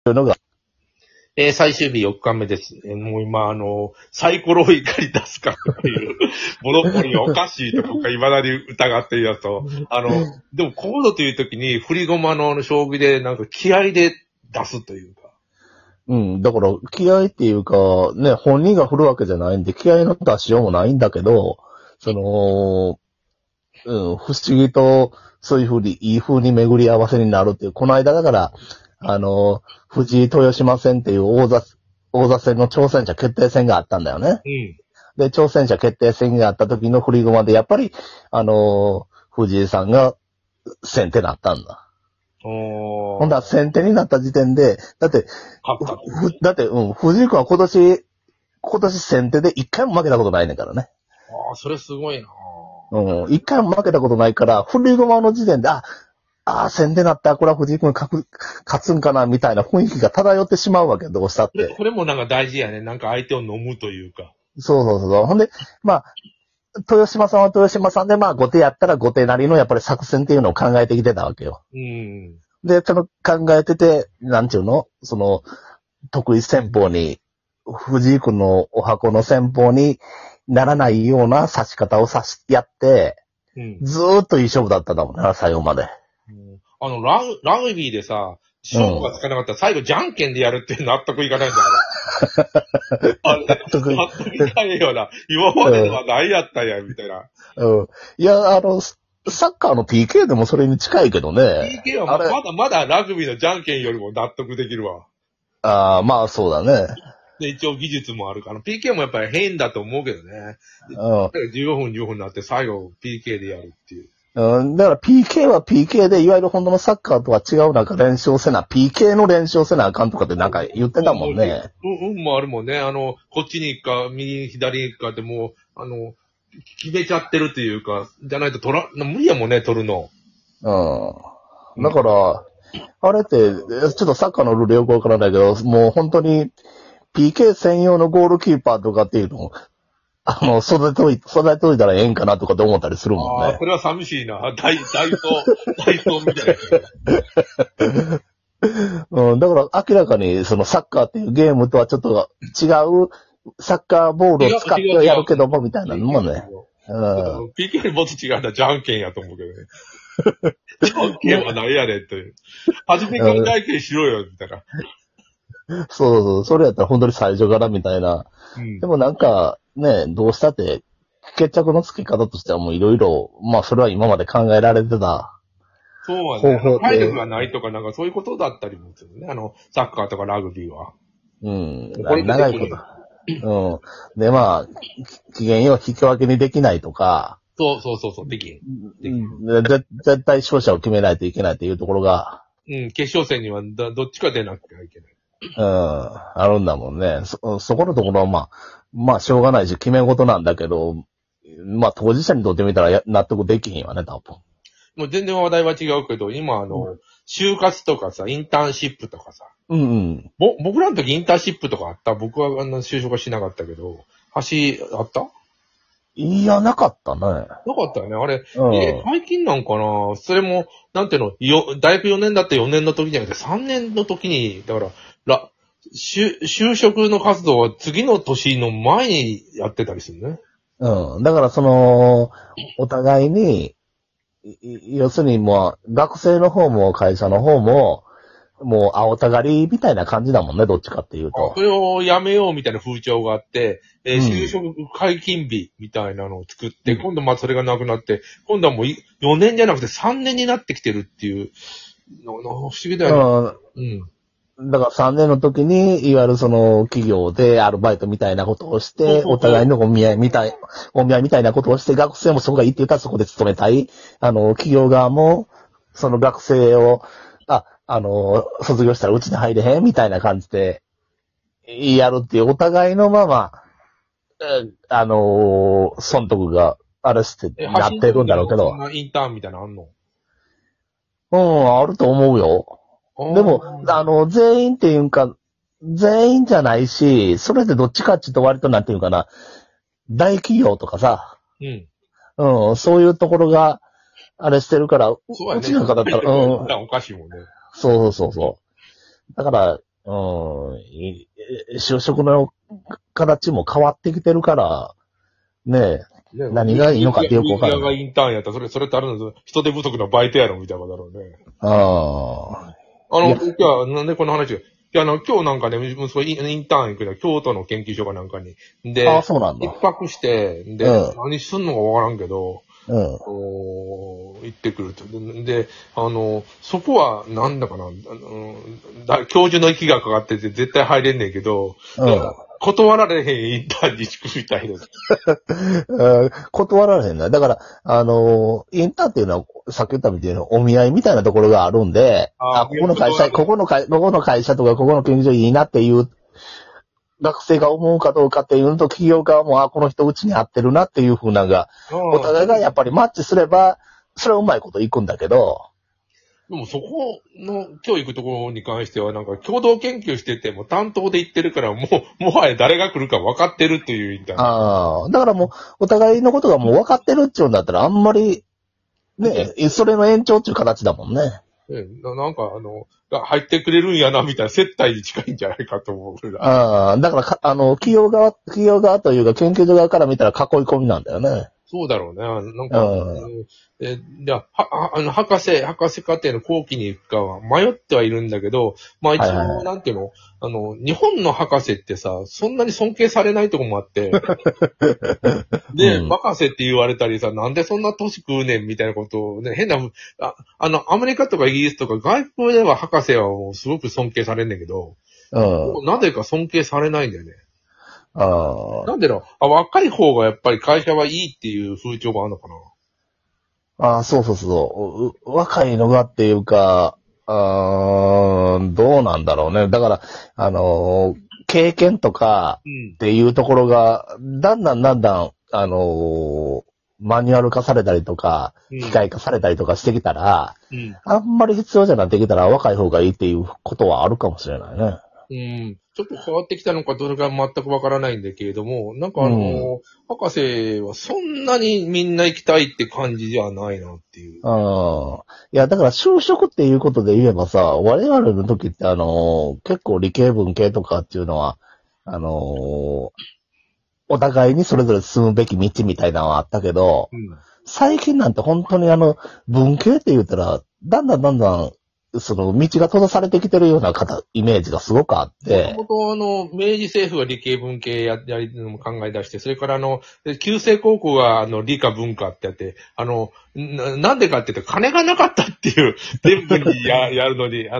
いうのが、 最終日4日目です。もう今、サイコロをいかに出すかっていう、モノポリーおかしいと僕は未だに疑っているやつと、でもコードという時に振り駒の将棋でなんか気合で出すというか。 うん、だから気合っていうか、ね、本人が振るわけじゃないんで、気合の出しようもないんだけど、不思議と、そういう風に、いい風に巡り合わせになるっていう、この間だから、藤井豊島戦っていう王座戦の挑戦者決定戦があったんだよね。 うん。 で、挑戦者決定戦があった時の振り駒で、やっぱり、藤井さんが先手になったんだ。ほんだら先手になった時点で、だって、藤井君は今年先手で一回も負けたことないねんからね。 ああ、それすごいな。 一回も負けたことないから、振り駒の時点で、先手なったらこれは藤井君勝つんかな、みたいな雰囲気が漂ってしまうわけ、どうしたって。 これもなんか大事やね。なんか相手を飲むというか。 そう。ほんで、まあ、豊島さんは豊島さんで、まあ、後手やったら後手なりのやっぱり作戦っていうのを考えてきてたわけよ。 うん。 で、その考えてて、なんちゅうの得意戦法に、藤井君のお箱の戦法にならないような指し方をやって、ずーっといい勝負だったんだもんな、最後まで。 ラグビーでさ、勝負がつかなかったら最後じゃんけんでやるって納得いかないんだよ。納得いかないような。今までのは何やったんや、みたいな。 いや、サッカーの PK でもそれに近いけどね。 PK はまだラグビーのじゃんけんよりも納得できるわ。 まあそうだね。 で、一応技術もあるから。PK もやっぱり変だと思うけどね。15分15分になって最後 PK でやるっていう。 だから PK は PK で、いわゆる本当のサッカーとは違うなんか連勝せな、PK の連勝せなあかんとかってなんか言ってたもんね。 もあるもんね。こっちに行くか、右左に行くかでもう、決めちゃってるっていうか、じゃないと無理やもんね、取るの。 だから、あれって、ちょっとサッカーのルールよくわからないけど、もう本当に PK 専用のゴールキーパーとかっていうのを、育てといたらええんかなとかって思ったりするもんね。 これは寂しいな。ダイソーみたいな。 だから明らかにそのサッカーっていうゲームとはちょっと違うサッカーボールを使ってやるけどもみたいなのもね。 PK にもっと違うのはじゃんけんやと思うけどね。じゃんけんは何やねんって。初めからじゃんけんしろよ、みたいな。 そう。それやったら本当に最初からみたいな。でもなんか、ね、どうしたって、決着のつけ方としてはもういろいろ、まあそれは今まで考えられてた。 そうね。体力がないとかなんかそういうことだったりもするね。サッカーとかラグビーは。 長いこと。で、まあ、期限を引き分けにできないとか。 そう、できん。 絶対勝者を決めないといけないっていうところが。 決勝戦にはどっちか出なきゃいけない。 あるんだもんね。そこのところはまあ、しょうがないし、決め事なんだけど、まあ、当事者にとってみたら納得できひんわね、多分。 もう全然話題は違うけど、今就活とかさ、インターンシップとかさ。僕らの時インターンシップとかあった？僕は就職はしなかったけど、あった？ いや、なかったね。なかったよね。あれ、最近なんかな？それも、なんていうの、大学4年だって4年の時じゃなくて3年の時に、だから、就職の活動は次の年の前にやってたりするね。 だからお互いに、要するにもう、学生の方も会社の方も、もう青たがりみたいな感じだもんね、どっちかっていうと。 それをやめようみたいな風潮があって、就職解禁日みたいなのを作って、今度それがなくなって、今度はもう4年じゃなくて3年になってきてるっていうの不思議だよね。 だから3年の時に、いわゆる企業でアルバイトみたいなことをして、お互いのお見合いみたいなことをして、学生もそこがいいって言ったらそこで勤めたい。企業側も、その学生を、卒業したらうちに入れへんみたいな感じで、やるっていう、お互いの損得が、あれして、なってるんだろうけど。 インターンみたいなのあんの？ あると思うよ。でも、全員っていうか、全員じゃないし、それでどっちかっていうと割となんていうかな、大企業とかさ、そういうところが、あれしてるから、うちなんかだったら、 おかしいもんね。 そう。だから、 就職の形も変わってきてるから、ねえ、何がいいのかってよくわからない。 がインターンやったら、それってあるの人手不足のバイトやろみたいなことだろうね。じゃあ、なんでこの話が。今日なんかね、息子インターン行くの、京都の研究所かなんかに。で、 そうなんだ。 一泊して、で、何すんのかわからんけど、行ってくると。で、そこは、なんだかな、教授の息がかかってて絶対入れんねんけど、断られへんインターンに行くみたいです。 断られへんな。だから、インターンっていうのは、さっき言ったみたいなお見合いみたいなところがあるんで、ここの会社とかここの研究所いいなっていう学生が思うかどうかっていうのと、企業側も、この人うちに合ってるなっていう風なのが、お互いがやっぱりマッチすれば、それはうまいこといくんだけど、 でもそこの今日行くところに関してはなんか共同研究してても担当で行ってるからもはや誰が来るか分かってるっていうインターン。 だからもうお互いのことがもう分かってるっていうんだったらあんまりね、それの延長っていう形だもんね。 なんか入ってくれるんやなみたいな接待に近いんじゃないかと思う。 だから企業側というか研究所側から見たら囲い込みなんだよね。 そうだろうね。なんか、じゃあ、博士課程の後期に行くかは迷ってはいるんだけど、まあ一応、なんていうの、日本の博士ってさ、そんなに尊敬されないとこもあって、で、博士って言われたりさ、なんでそんな年食うねんみたいなことをね、変な、アメリカとかイギリスとか外国では博士はもうすごく尊敬されんねんけど、なぜか尊敬されないんだよね。なんでの若い方がやっぱり会社はいいっていう風潮があるのかな。 そう。若いのがっていうか、どうなんだろうね。だから、経験とかっていうところが、だんだん、マニュアル化されたりとか、機械化されたりとかしてきたら、あんまり必要じゃなってきたら若い方がいいっていうことはあるかもしれないね。 ちょっと変わってきたのかどれか全くわからないんだけれども、なんか博士はそんなにみんな行きたいって感じじゃないなっていう。 いや、だから就職っていうことで言えばさ、我々の時って結構理系文系とかっていうのは、お互いにそれぞれ進むべき道みたいなのはあったけど、最近なんて本当に文系って言ったら、だんだん、その道が閉ざされてきてるようなイメージがすごくあって。 もともと明治政府が理系文系やりのも考え出して、それから旧制高校が理科文化ってやって、なんでかって言うと金がなかったっていう、全部にやるのに、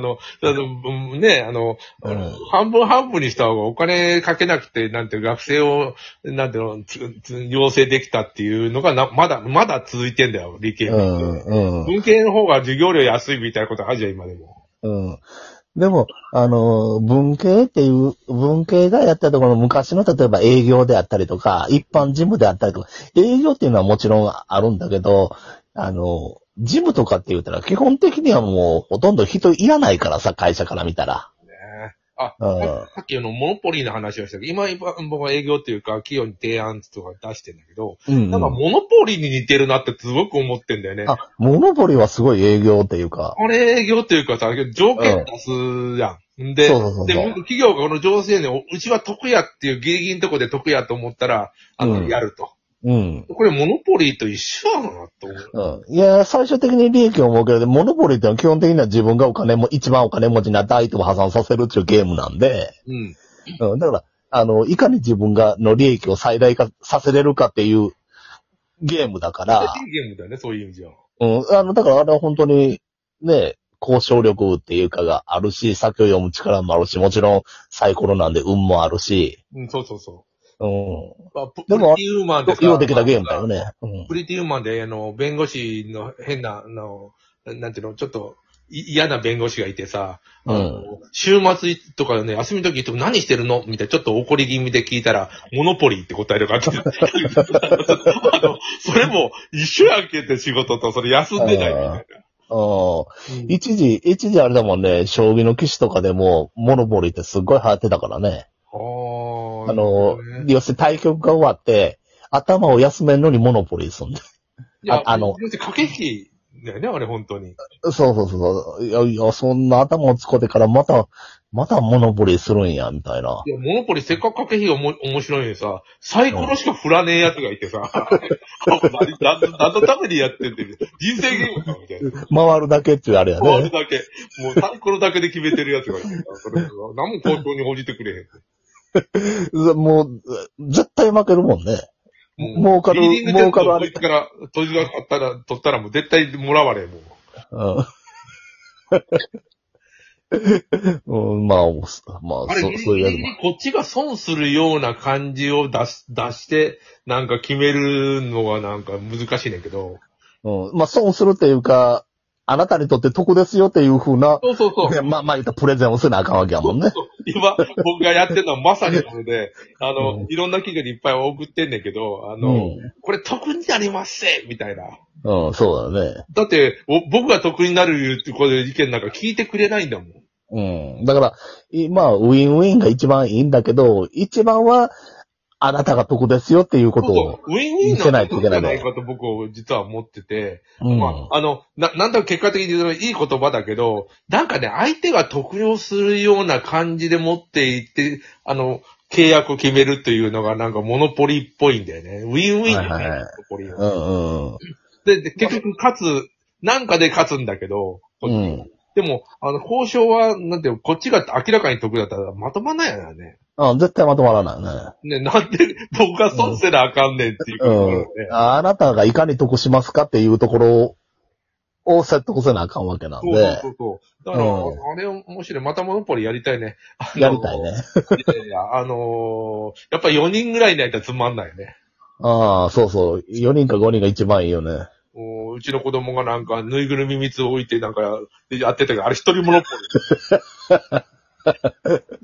半分にした方がお金かけなくて、なんていう学生を、なんていうの、養成できたっていうのがまだ続いてんだよ、理系文系。文系の方が授業料安いみたいなことあるじゃん、今でも。 でも、文系がやったところの昔の例えば営業であったりとか、一般事務であったりとか、営業っていうのはもちろんあるんだけど、事務とかって言ったら基本的にはもうほとんど人いらないからさ、会社から見たら。 さっきモノポリーの話をしたけど、今僕は営業っていうか企業に提案とか出してんだけど、なんかモノポリーに似てるなってすごく思ってんだよね。 モノポリーはすごい営業っていうか。 あれ営業っていうかさ、条件出すやん。で、企業がこの条件で、うちは得やっていうギリギリのとこで得やと思ったら、やると。これモノポリーと一緒だなと思う。 いや、最終的に利益を設けるで、モノポリーってのは基本的には自分が一番お金持ちになった相手を破産させるっていうゲームなんで、だから、いかに自分の利益を最大化させれるかっていうゲームだから。 ゲームだね、そういう意味じゃ。 だからあれは本当に、ね、交渉力っていうかがあるし、先を読む力もあるし、もちろんサイコロなんで運もあるし。 そうそうそう。 でも、ようできたゲームだよね。 プリティウーマンで、弁護士の変な、なんていうの、ちょっと嫌な弁護士がいてさ、週末とかね、休み時って何してるのみたいな、ちょっと怒り気味で聞いたら、モノポリーって答える感じで。それも一緒やんけって仕事と、それ休んでないみたいな。 一時あれだもんね、将棋の棋士とかでも、モノポリーってすっごい流行ってたからね。要するに対局が終わって、頭を休めるのにモノポリーすんで。 要するに駆け引きだよね、あれ本当に。 そうそうそう。いや、そんな頭を使ってからまたモノポリするんや、みたいな。 いや、モノポリせっかく掛け火が面白いのにさ、サイコロしか振らねえやつがいてさ、何のためにやってんだよ。人生ゲームか、みたいな。 回るだけっていうあれやね。 回るだけ。もうサイコロだけで決めてるやつがいてさ、それ何も交渉に応じてくれへん。 もう、絶対負けるもんね。儲かる、儲かるあれ。 から閉じがかったら、取ったらもう絶対もらわれんもん。 うん。まあ、 あれ、 そういうやつも。 こっちが損するような感じを出して、なんか決めるのがなんか難しいねんけど。 うん。まあ、損するっていうか、あなたにとって得ですよっていう風な、 そうそうそう。 まあ言ったプレゼンをせなあかんわけやもんね。 そう今、僕がやってるのはまさにそれで、いろんな企業にいっぱい送ってんねんけど、これ得になりますせみたいな。 うん、そうだね。 だって、僕が得になるってこれ意見なんか聞いてくれないんだもん。 うん。だから、まあ、ウィンウィンが一番いいんだけど、一番は、あなたが得ですよっていうことをウィンウィン見せないといけないじゃないかと僕は実は思ってて、 うん。 まあ、なんだか結果的に言うといい言葉だけど、なんかね、相手が得をするような感じで持っていって、契約を決めるっていうのがなんかモノポリっぽいんだよね。ウィンウィンだよね、 はいはいはいモノポリは。 うんうん。 で、結局なんかで勝つんだけど、 うん。 でも、交渉は、なんていうの、こっちが明らかに得だったらまとまんないよね。 あ、絶対まとまらないね。 ね、なんで僕が損せなあかんねんっていうことだよね。 あなたがいかに得しますかっていうところを説得せなあかんわけなんで。 そう。だから、あれ面白い。またモノポリやりたいね。 やりたいね。 いや、やっぱ4人ぐらいになったらつまんないね。 ああ、そうそう。4人か5人が一番いいよね。 うちの子供がなんか、ぬいぐるみ3つ置いてなんか、やってたけど、あれ一人モノポリ。